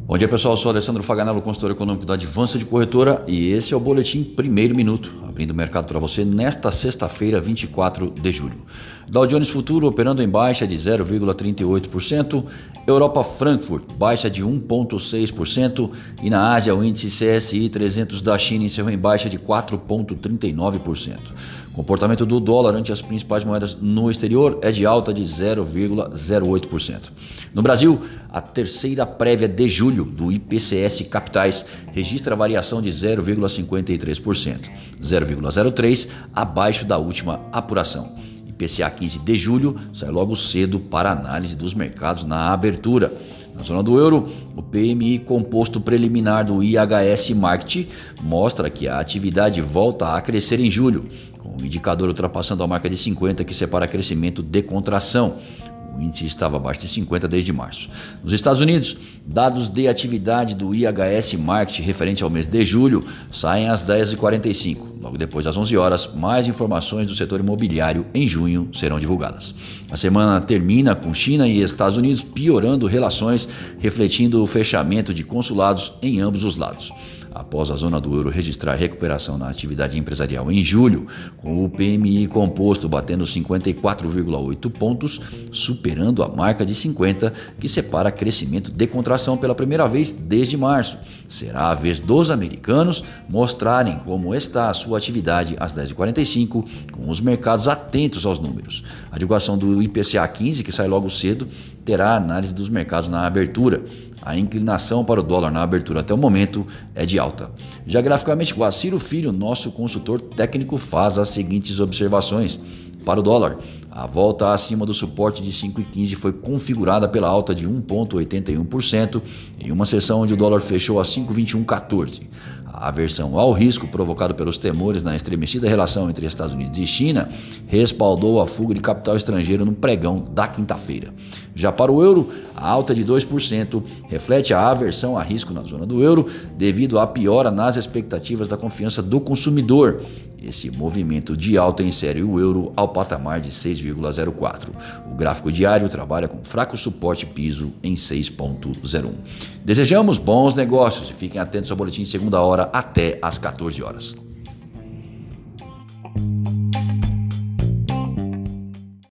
Bom dia, pessoal. Eu sou Alessandro Faganello, consultor econômico da Advança de Corretora, e esse é o Boletim Primeiro Minuto, abrindo o mercado para você nesta sexta-feira, 24 de julho. Dow Jones Futuro operando em baixa de 0,38%, Europa Frankfurt baixa de 1,6% e na Ásia o índice CSI 300 da China encerrou em baixa de 4,39%. Comportamento do dólar ante as principais moedas no exterior é de alta de 0,08%. No Brasil, a terceira prévia de julho do IPCS Capitais registra variação de 0,53%, 0,03% abaixo da última apuração. IPCA 15 de julho sai logo cedo para análise dos mercados na abertura. Na zona do euro, o PMI composto preliminar do IHS Markit mostra que a atividade volta a crescer em julho, com o indicador ultrapassando a marca de 50 que separa crescimento de contração. O índice estava abaixo de 50 desde março. Nos Estados Unidos, dados de atividade do IHS Markit referente ao mês de julho saem às 10h45. Logo depois das 11 horas, mais informações do setor imobiliário em junho serão divulgadas. A semana termina com China e Estados Unidos piorando relações, refletindo o fechamento de consulados em ambos os lados. Após a zona do euro registrar recuperação na atividade empresarial em julho, com o PMI composto batendo 54,8 pontos, superando a marca de 50, que separa crescimento de contração pela primeira vez desde março. Será a vez dos americanos mostrarem como está a sua atividade às 10h45, com os mercados atentos aos números. A divulgação do IPCA 15, que sai logo cedo, terá análise dos mercados na abertura. A inclinação para o dólar na abertura até o momento é de alta. Já graficamente, Guaciro Filho, nosso consultor técnico, faz as seguintes observações. Para o dólar, a volta acima do suporte de 5,15 foi configurada pela alta de 1,81% em uma sessão onde o dólar fechou a 5,2114. A aversão ao risco provocado pelos temores na estremecida relação entre Estados Unidos e China respaldou a fuga de capital estrangeiro no pregão da quinta-feira. Já para o euro, a alta de 2% reflete a aversão a risco na zona do euro devido à piora nas expectativas da confiança do consumidor. Esse movimento de alta insere o euro ao patamar de 6,04. O gráfico diário trabalha com fraco suporte piso em 6,01. Desejamos bons negócios e fiquem atentos ao boletim de segunda hora até às 14 horas.